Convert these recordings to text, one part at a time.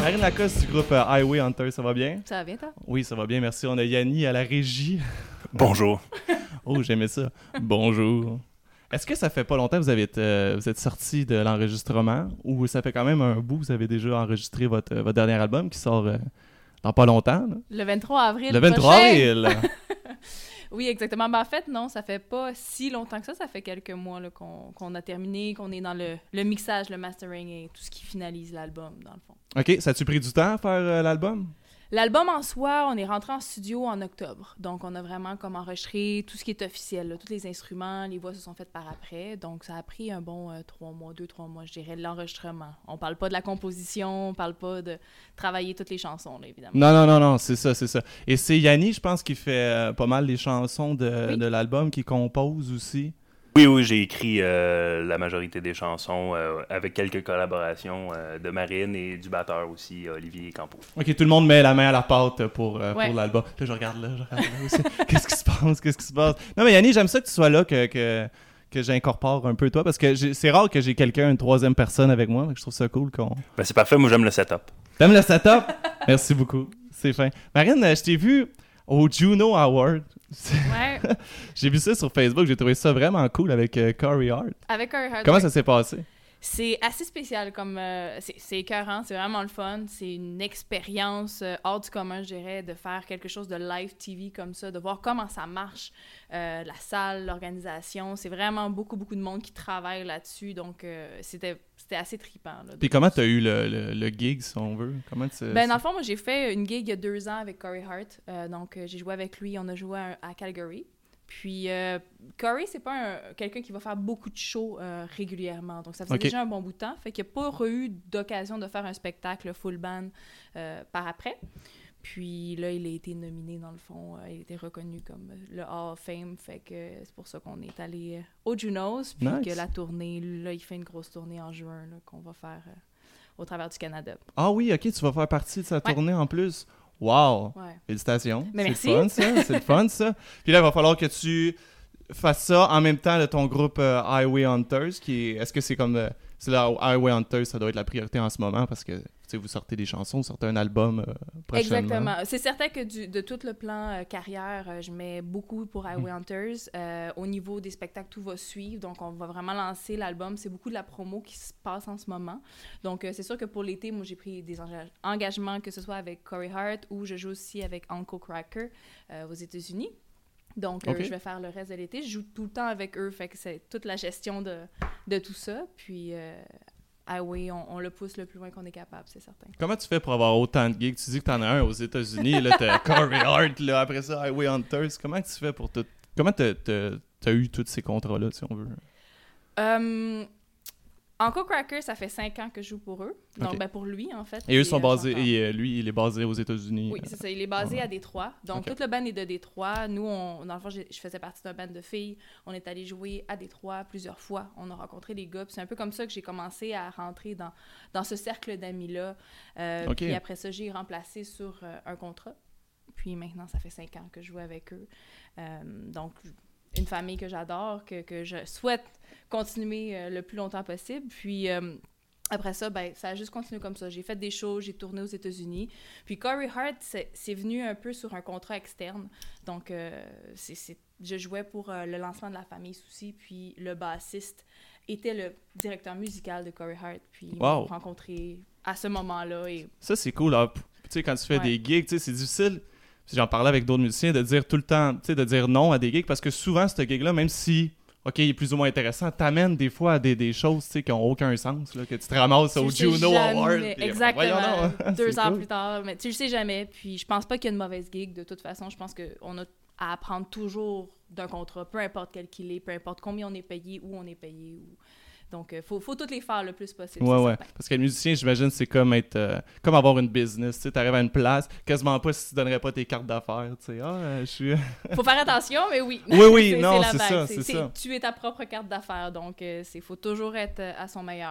Marine Lacoste du groupe Highway Hunter, ça va bien? Ça va bien, toi? Oui, ça va bien, merci. On a Yanni à la régie. Bonjour. Oh, j'aimais ça. Bonjour. Est-ce que ça fait pas longtemps que vous êtes sorti de l'enregistrement ou ça fait quand même un bout que vous avez déjà enregistré votre dernier album qui sort dans pas longtemps? Là? Le 23 avril. Le 23 prochain. avril! Oui, exactement. Ben, en fait, non, ça fait pas si longtemps que ça. Ça fait quelques mois là, qu'on a terminé, qu'on est dans le mixage, le mastering et tout ce qui finalise l'album, dans le fond. OK, ça a-tu pris du temps à faire l'album? L'album en soi, on est rentré en studio en octobre. Donc, on a vraiment comme enregistré tout ce qui est officiel. Là. Tous les instruments, les voix se sont faites par après. Donc, ça a pris un bon 3 mois, 2-3 mois, je dirais, de l'enregistrement. On parle pas de la composition, on parle pas de travailler toutes les chansons, là, évidemment. Non, c'est ça. Et c'est Yanni, je pense, qui fait pas mal les chansons de l'album, qui compose aussi. Oui, j'ai écrit la majorité des chansons avec quelques collaborations de Marine et du batteur aussi, Olivier Campo. OK, tout le monde met la main à la pâte pour l'album. Là, je regarde là aussi. Qu'est-ce qui se passe? Non, mais Yanni, j'aime ça que tu sois là, que j'incorpore un peu toi, parce que c'est rare que j'ai quelqu'un, une troisième personne avec moi, donc je trouve ça cool qu'on... Ben, c'est parfait, moi j'aime le setup. T'aimes le setup? Merci beaucoup, c'est fin. Marine, je t'ai vu au Juno Award. Ouais. J'ai vu ça sur Facebook, j'ai trouvé ça vraiment cool avec Corey Hart. Avec Corey Hart. Comment ça s'est passé? C'est assez spécial, comme c'est écœurant, c'est vraiment le fun. C'est une expérience hors du commun, je dirais, de faire quelque chose de live TV comme ça, de voir comment ça marche, la salle, l'organisation. C'est vraiment beaucoup de monde qui travaille là-dessus, donc c'était assez trippant. Là, puis comment t'as eu le gig, si on veut? Comment dans le fond, moi, j'ai fait une gig il y a 2 ans avec Corey Hart. Donc, j'ai joué avec lui, on a joué à Calgary. Puis, Corey, c'est pas quelqu'un qui va faire beaucoup de shows régulièrement. Donc, ça faisait déjà un bon bout de temps. Fait qu'il n'y a pas eu d'occasion de faire un spectacle full band par après. Puis là, il a été nominé, dans le fond. Il a été reconnu comme le Hall of Fame. Fait que c'est pour ça qu'on est allé au Junos. Puis que la tournée, là, il fait une grosse tournée en juin là, qu'on va faire au travers du Canada. Ah oui, OK, tu vas faire partie de sa tournée en plus. Wow! Ouais. Félicitations. Mais c'est merci. Fun, ça. C'est le fun, ça. Puis là, il va falloir que tu fasses ça en même temps de ton groupe Highway Hunters. Est-ce que c'est comme... c'est là, Highway Hunters, ça doit être la priorité en ce moment parce que vous sortez des chansons, vous sortez un album prochainement. Exactement. C'est certain que de tout le plan carrière, je mets beaucoup pour Highway Hunters. Au niveau des spectacles, tout va suivre. Donc, on va vraiment lancer l'album. C'est beaucoup de la promo qui se passe en ce moment. Donc, c'est sûr que pour l'été, moi, j'ai pris des engagements, que ce soit avec Corey Hart ou je joue aussi avec Uncle Cracker aux États-Unis. Donc, je vais faire le reste de l'été. Je joue tout le temps avec eux. Fait que c'est toute la gestion de tout ça. Puis... oui, on le pousse le plus loin qu'on est capable, c'est certain. Comment tu fais pour avoir autant de gigs? Tu dis que t'en as un aux États-Unis, là, t'as Corey Hart, là, après ça, Highway Hunters. Comment tu fais pour tout... Comment t'as eu tous ces contrats-là, si on veut? Uncle Cracker, ça fait 5 ans que je joue pour eux. Donc, pour lui, en fait. Et eux sont basés... Et lui, il est basé aux États-Unis. Oui, c'est ça. Il est basé à Détroit. Donc, toute le band est de Détroit. Nous, dans le fond, je faisais partie d'un band de filles. On est allé jouer à Détroit plusieurs fois. On a rencontré des gars. Puis c'est un peu comme ça que j'ai commencé à rentrer dans ce cercle d'amis-là. Puis après ça, j'ai remplacé sur un contrat. Puis maintenant, ça fait 5 ans que je joue avec eux. Donc... une famille que j'adore, que je souhaite continuer le plus longtemps possible. Puis après ça, ça a juste continué comme ça. J'ai fait des shows, j'ai tourné aux États-Unis. Puis Corey Hart, c'est venu un peu sur un contrat externe. Donc, je jouais pour le lancement de La Famille Souci. Puis le bassiste était le directeur musical de Corey Hart. Puis ils m'ont rencontré à ce moment-là. Et... Ça, c'est cool. Tu sais, quand tu fais des gigs, c'est difficile... J'en parlais avec d'autres musiciens, de dire tout le temps, tu sais, de dire non à des gigs, parce que souvent, ce gig-là, même si, OK, il est plus ou moins intéressant, t'amène des fois à des choses, tu sais, qui n'ont aucun sens, là, que tu te ramasses au Juno Award. Exactement. 2 ans plus tard, mais tu le sais jamais. Puis je pense pas qu'il y a une mauvaise gig, de toute façon. Je pense qu'on a à apprendre toujours d'un contrat, peu importe quel qu'il est, peu importe combien on est payé, où on est payé, Donc, faut toutes les faire le plus possible. Ouais. Parce que le musicien, j'imagine, c'est comme être comme avoir une business. Tu arrives à une place, quasiment pas si tu donnerais pas tes cartes d'affaires. Tu sais, je suis. Faut faire attention, mais oui. Oui, non, c'est ça. Tu es ta propre carte d'affaires, donc faut toujours être à son meilleur.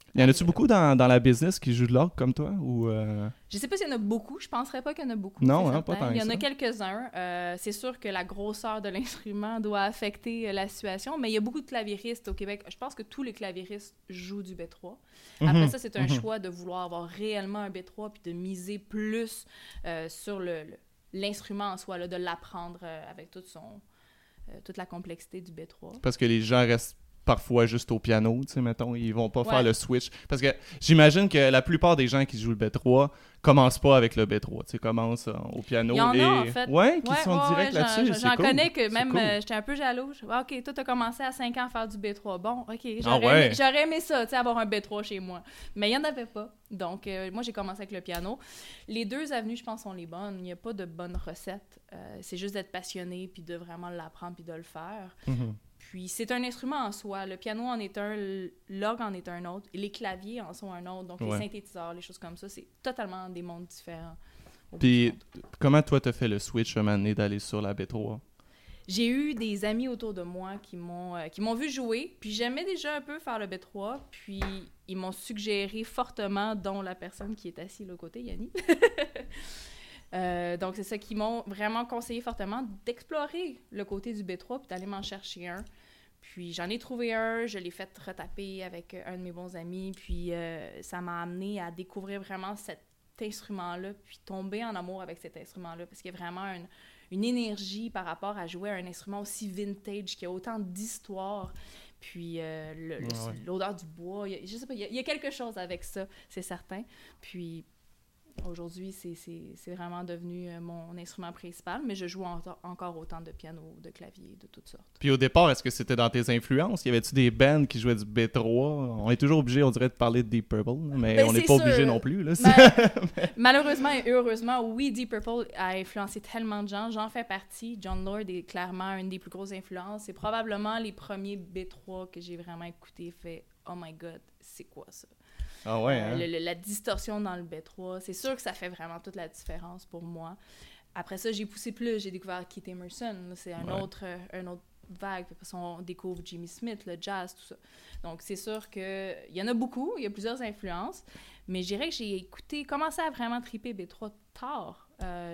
Y en a-tu beaucoup dans la business qui jouent de l'orgue comme toi? Ou Je sais pas s'il y en a beaucoup. Je penserais pas qu'il y en a beaucoup. Non, hein, pas tant que ça. Il y en a quelques-uns. C'est sûr que la grosseur de l'instrument doit affecter la situation, mais il y a beaucoup de claviéristes au Québec. Je pense que tous les claviéristes jouent du B3. Après ça, c'est un choix de vouloir avoir réellement un B3 puis de miser plus sur l'instrument en soi, là, de l'apprendre avec toute la complexité du B3. Parce que les gens restent parfois juste au piano, tu sais, mettons, ils vont pas faire le switch. Parce que j'imagine que la plupart des gens qui jouent le B3 commencent pas avec le B3, tu sais, commencent au piano. Il y en a, en fait. Ouais, qui sont directs là-dessus, J'en cool. connais que même, cool. J'étais un peu jaloux. OK, toi, t'as commencé à 5 ans à faire du B3. Bon, OK, j'aurais aimé ça, tu sais, avoir un B3 chez moi. Mais il y en avait pas. Donc, moi, j'ai commencé avec le piano. Les deux avenues, je pense, sont les bonnes. Il n'y a pas de bonne recette. C'est juste d'être passionné, puis de vraiment l'apprendre, puis de le faire. Puis c'est un instrument en soi. Le piano en est un, l'orgue en est un autre, et les claviers en sont un autre. Donc les synthétiseurs, les choses comme ça, c'est totalement des mondes différents. Puis comment toi t'as fait le switch un moment donné d'aller sur la B3? J'ai eu des amis autour de moi qui m'ont vu jouer, puis j'aimais déjà un peu faire le B3, puis ils m'ont suggéré fortement, dont la personne qui est assise là, au côté, Yanni. Donc, c'est ça qui m'ont vraiment conseillé fortement d'explorer le côté du B3 puis d'aller m'en chercher un. Puis, j'en ai trouvé un, je l'ai fait retaper avec un de mes bons amis, puis ça m'a amené à découvrir vraiment cet instrument-là, puis tomber en amour avec cet instrument-là, parce qu'il y a vraiment une énergie par rapport à jouer à un instrument aussi vintage, qui a autant d'histoire. Puis l'odeur du bois, je sais pas, il y a quelque chose avec ça, c'est certain. Puis aujourd'hui, c'est vraiment devenu mon instrument principal, mais je joue encore autant de piano, de clavier, de toutes sortes. Puis au départ, est-ce que c'était dans tes influences? Y avait-tu des bands qui jouaient du B3? On est toujours obligé, on dirait, de parler de Deep Purple, mais on n'est pas obligé non plus. Là. Malheureusement et heureusement, oui, Deep Purple a influencé tellement de gens. J'en fais partie. Jon Lord est clairement une des plus grosses influences. C'est probablement les premiers B3 que j'ai vraiment écoutés. Fait « Oh my God, c'est quoi ça? » Ah ouais, hein? La distorsion dans le B3, c'est sûr que ça fait vraiment toute la différence pour moi. Après ça, j'ai poussé plus, j'ai découvert Keith Emerson, c'est un autre vague, parce qu'on découvre Jimmy Smith, le jazz, tout ça. Donc c'est sûr qu'il y en a beaucoup, il y a plusieurs influences, mais je dirais que j'ai commencé à vraiment triper B3 tard,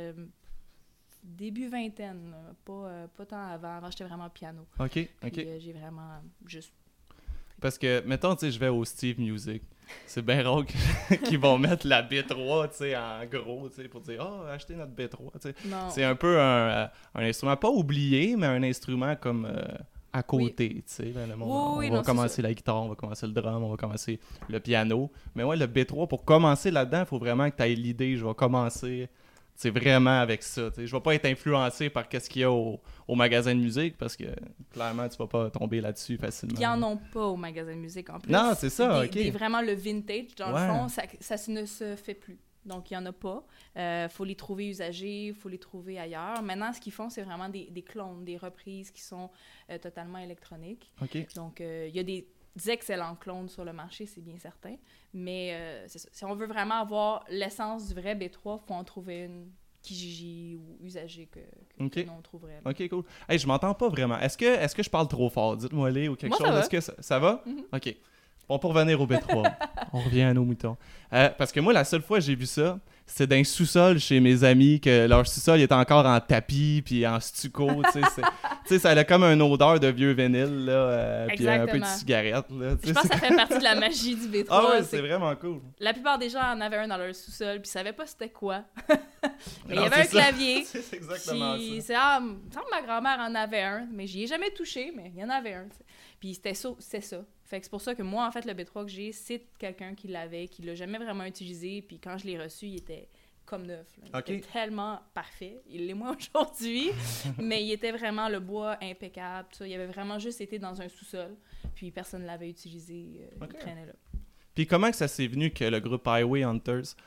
début vingtaine, pas tant avant. Avant, j'étais vraiment piano. OK. J'ai vraiment juste... Parce que, mettons, tu sais, je vais au Steve Music. C'est bien rare qu'ils vont mettre la B3, tu sais, en gros, tu sais, pour dire « Ah, achetez notre B3 », tu sais. C'est un peu un instrument, pas oublié, mais un instrument comme à côté, tu sais. On va commencer la guitare, on va commencer le drum, on va commencer le piano. Mais ouais, le B3, pour commencer là-dedans, il faut vraiment que tu aies l'idée, je vais commencer... C'est vraiment avec ça. T'sais. Je vais pas être influencé par qu'est-ce qu'il y a au magasin de musique parce que clairement, tu vas pas tomber là-dessus facilement. Ils en ont pas au magasin de musique en plus. Non, c'est ça, OK. Vraiment le vintage, dans le fond, ça ne se fait plus. Donc, il y en a pas. Faut les trouver usagés, faut les trouver ailleurs. Maintenant, ce qu'ils font, c'est vraiment des clones, des reprises qui sont totalement électroniques. OK. Donc, il y a des excellents clones sur le marché, c'est bien certain. Mais c'est ça. Si on veut vraiment avoir l'essence du vrai B3, il faut en trouver une Kijiji ou usagée que l'on trouverait. Là. OK, cool. Hey, je m'entends pas vraiment. Est-ce que je parle trop fort? Dites-moi les ou quelque chose. Va. Est-ce que ça va? Mm-hmm. OK. Bon, pour revenir au B3, on revient à nos moutons. Parce que moi, la seule fois que j'ai vu ça, c'était dans un sous-sol chez mes amis, que leur sous-sol était encore en tapis puis en stucco, tu sais, ça a comme une odeur de vieux vinyle, là, puis un peu de cigarette, là. Je pense que ça fait partie de la magie du B3. Ah ouais, c'est vraiment cool. La plupart des gens en avaient un dans leur sous-sol, puis ils savaient pas c'était quoi. Mais il y avait un clavier. C'est exactement ça. Il me semble que ma grand-mère en avait un, mais j'y ai jamais touché, mais il y en avait un. T'sais. Puis c'était ça. Fait que c'est pour ça que moi, en fait, le B3 que j'ai, c'est quelqu'un qui l'avait, qui l'a jamais vraiment utilisé, puis quand je l'ai reçu, il était comme neuf. Là. Il était tellement parfait. Il l'est moins aujourd'hui, mais il était vraiment le bois impeccable. Tout ça. Il avait vraiment juste été dans un sous-sol, puis personne ne l'avait utilisé. Il traînait là. Puis comment que ça s'est venu que le groupe Highway Hunters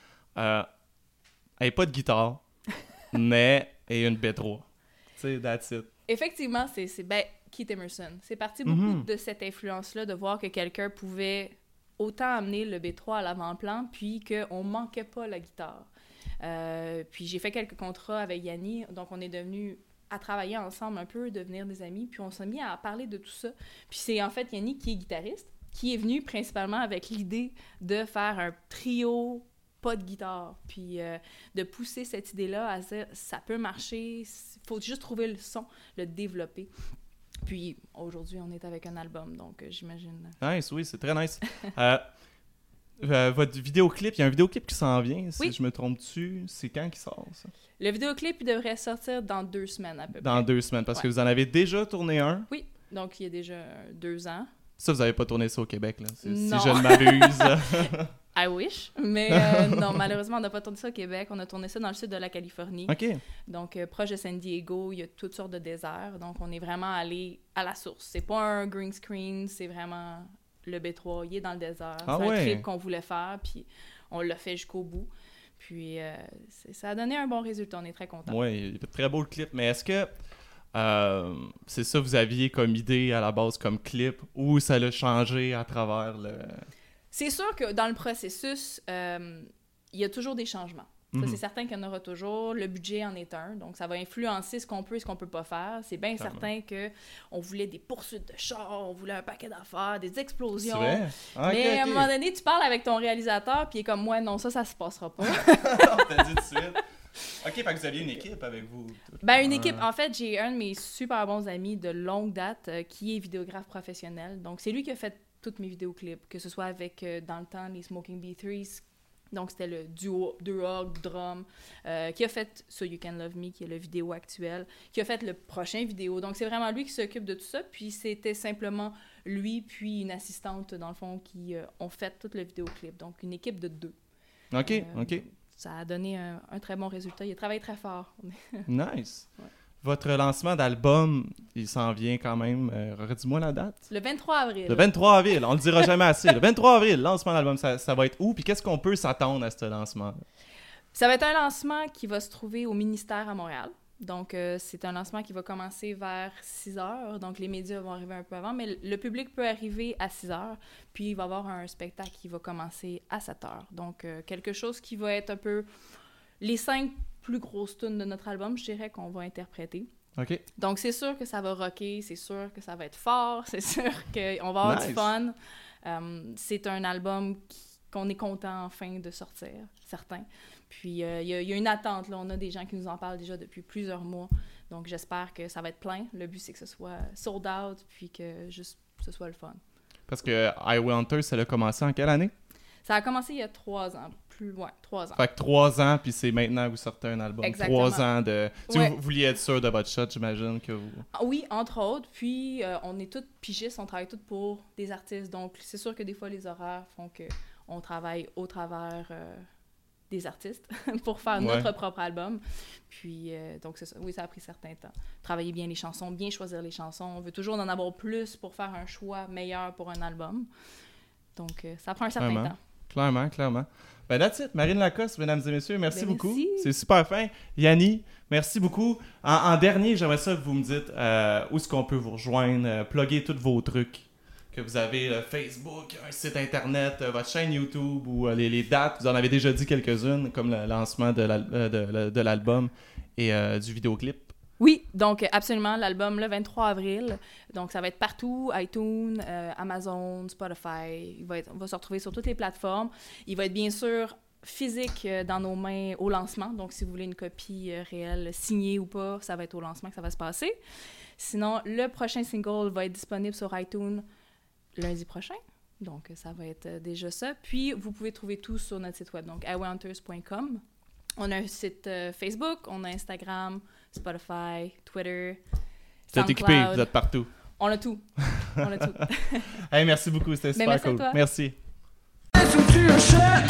ait pas de guitare, mais ait une B3? Tu sais, that's it. Effectivement, c'est Keith Emerson. C'est parti beaucoup de cette influence-là, de voir que quelqu'un pouvait autant amener le B3 à l'avant-plan, puis qu'on manquait pas la guitare. Puis j'ai fait quelques contrats avec Yanni, donc on est devenus à travailler ensemble un peu, devenir des amis, puis on s'est mis à parler de tout ça. Puis c'est en fait Yanni qui est guitariste, qui est venu principalement avec l'idée de faire un trio, pas de guitare, puis de pousser cette idée-là à dire ça peut marcher, il faut juste trouver le son, le développer. Puis aujourd'hui, on est avec un album, donc j'imagine. Nice, oui, c'est très nice. Votre vidéoclip, il y a un vidéoclip qui s'en vient, si je me trompe dessus. C'est quand qui sort, ça? Le vidéoclip, il devrait sortir dans 2 semaines à peu près. Dans 2 semaines, parce que vous en avez déjà tourné un. Oui, donc il y a déjà 2 ans. Ça, vous n'avez pas tourné ça au Québec, là. Si Non. je ne m'abuse. I wish. Mais non, malheureusement, on n'a pas tourné ça au Québec. On a tourné ça dans le sud de la Californie. OK. Donc, proche de San Diego, il y a toutes sortes de déserts. Donc, on est vraiment allé à la source. C'est pas un green screen, c'est vraiment le B3. Il est dans le désert. C'est un trip qu'on voulait faire, puis on l'a fait jusqu'au bout. Puis, ça a donné un bon résultat. On est très contents. Oui, il est très beau le clip. Mais est-ce que c'est ça vous aviez comme idée à la base, comme clip, ou ça l'a changé à travers le... C'est sûr que dans le processus, il y a toujours des changements. Ça, c'est certain qu'il y en aura toujours. Le budget en est un. Donc, ça va influencer ce qu'on peut et ce qu'on peut pas faire. C'est bien certain qu'on voulait des poursuites de chars, on voulait un paquet d'affaires, des explosions. C'est vrai? Mais à un moment donné, tu parles avec ton réalisateur, puis il est comme, moi, non, ça se passera pas. On t'a dit tout de suite. OK, fait que vous aviez une équipe avec vous. Ben, une équipe. En fait, j'ai un de mes super bons amis de longue date qui est vidéographe professionnel. Donc, c'est lui qui a fait tous mes vidéoclips, que ce soit avec, dans le temps, les Smoking B3s. Donc, c'était le duo, 2 orgues, drum, qui a fait So You Can Love Me, qui est le vidéo actuel, qui a fait le prochain vidéo. Donc, c'est vraiment lui qui s'occupe de tout ça. Puis, c'était simplement lui, puis une assistante, dans le fond, qui ont fait tout le vidéoclip. Donc, une équipe de 2. OK, OK. Ça a donné un très bon résultat. Il a travaillé très fort. Nice. Ouais. Votre lancement d'album, il s'en vient quand même. Redis-moi la date. Le 23 avril. Le 23 avril, on le dira jamais assez. Le 23 avril, lancement d'album, ça va être où? Puis qu'est-ce qu'on peut s'attendre à ce lancement? Ça va être un lancement qui va se trouver au ministère à Montréal. Donc, c'est un lancement qui va commencer vers 6 heures. Donc, les médias vont arriver un peu avant, mais le public peut arriver à 6 heures. Puis, il va y avoir un spectacle qui va commencer à 7 heures. Donc, quelque chose qui va être un peu les 5 plus grosses tunes de notre album, je dirais, qu'on va interpréter. OK. Donc, c'est sûr que ça va rocker, c'est sûr que ça va être fort, c'est sûr qu'on va avoir du fun. C'est un album qu'on est content enfin de sortir, certain. Puis, il y a une attente, là. On a des gens qui nous en parlent déjà depuis plusieurs mois. Donc, j'espère que ça va être plein. Le but, c'est que ce soit sold out, puis que juste ce soit le fun. Parce que Highway Hunter, ça a commencé en quelle année? Ça a commencé il y a 3 ans. Plus loin, 3 ans. Fait que 3 ans, puis c'est maintenant que vous sortez un album. Exactement. 3 ans de... Tu sais, vous vouliez être sûr de votre shot, j'imagine que vous... Oui, entre autres. Puis, on est tous pigistes, on travaille tous pour des artistes. Donc, c'est sûr que des fois, les horaires font qu'on travaille au travers des artistes pour faire notre propre album. Puis, donc, c'est ça. Oui, ça a pris certain temps. Travailler bien les chansons, bien choisir les chansons. On veut toujours en avoir plus pour faire un choix meilleur pour un album. Donc, ça prend un certain temps. Clairement. Ben, that's it. Marine Lacoste, mesdames et messieurs, merci beaucoup. C'est super fin. Yanni, merci beaucoup. En dernier, j'aimerais ça que vous me dites où est-ce qu'on peut vous rejoindre, plugger tous vos trucs que vous avez, Facebook, un site internet, votre chaîne YouTube ou les dates. Vous en avez déjà dit quelques-unes, comme le lancement de l'album et du vidéoclip. Oui, donc absolument, l'album le 23 avril. Donc, ça va être partout, iTunes, Amazon, Spotify. On va se retrouver sur toutes les plateformes. Il va être bien sûr physique dans nos mains au lancement. Donc, si vous voulez une copie réelle, signée ou pas, ça va être au lancement que ça va se passer. Sinon, le prochain single va être disponible sur iTunes lundi prochain. Donc, ça va être déjà ça. Puis, vous pouvez trouver tout sur notre site web, donc highwayhunters.com. On a un site Facebook, on a Instagram, Spotify, Twitter, Vous êtes équipés, vous êtes partout. On a tout. Hey, merci beaucoup, c'était super cool. Merci.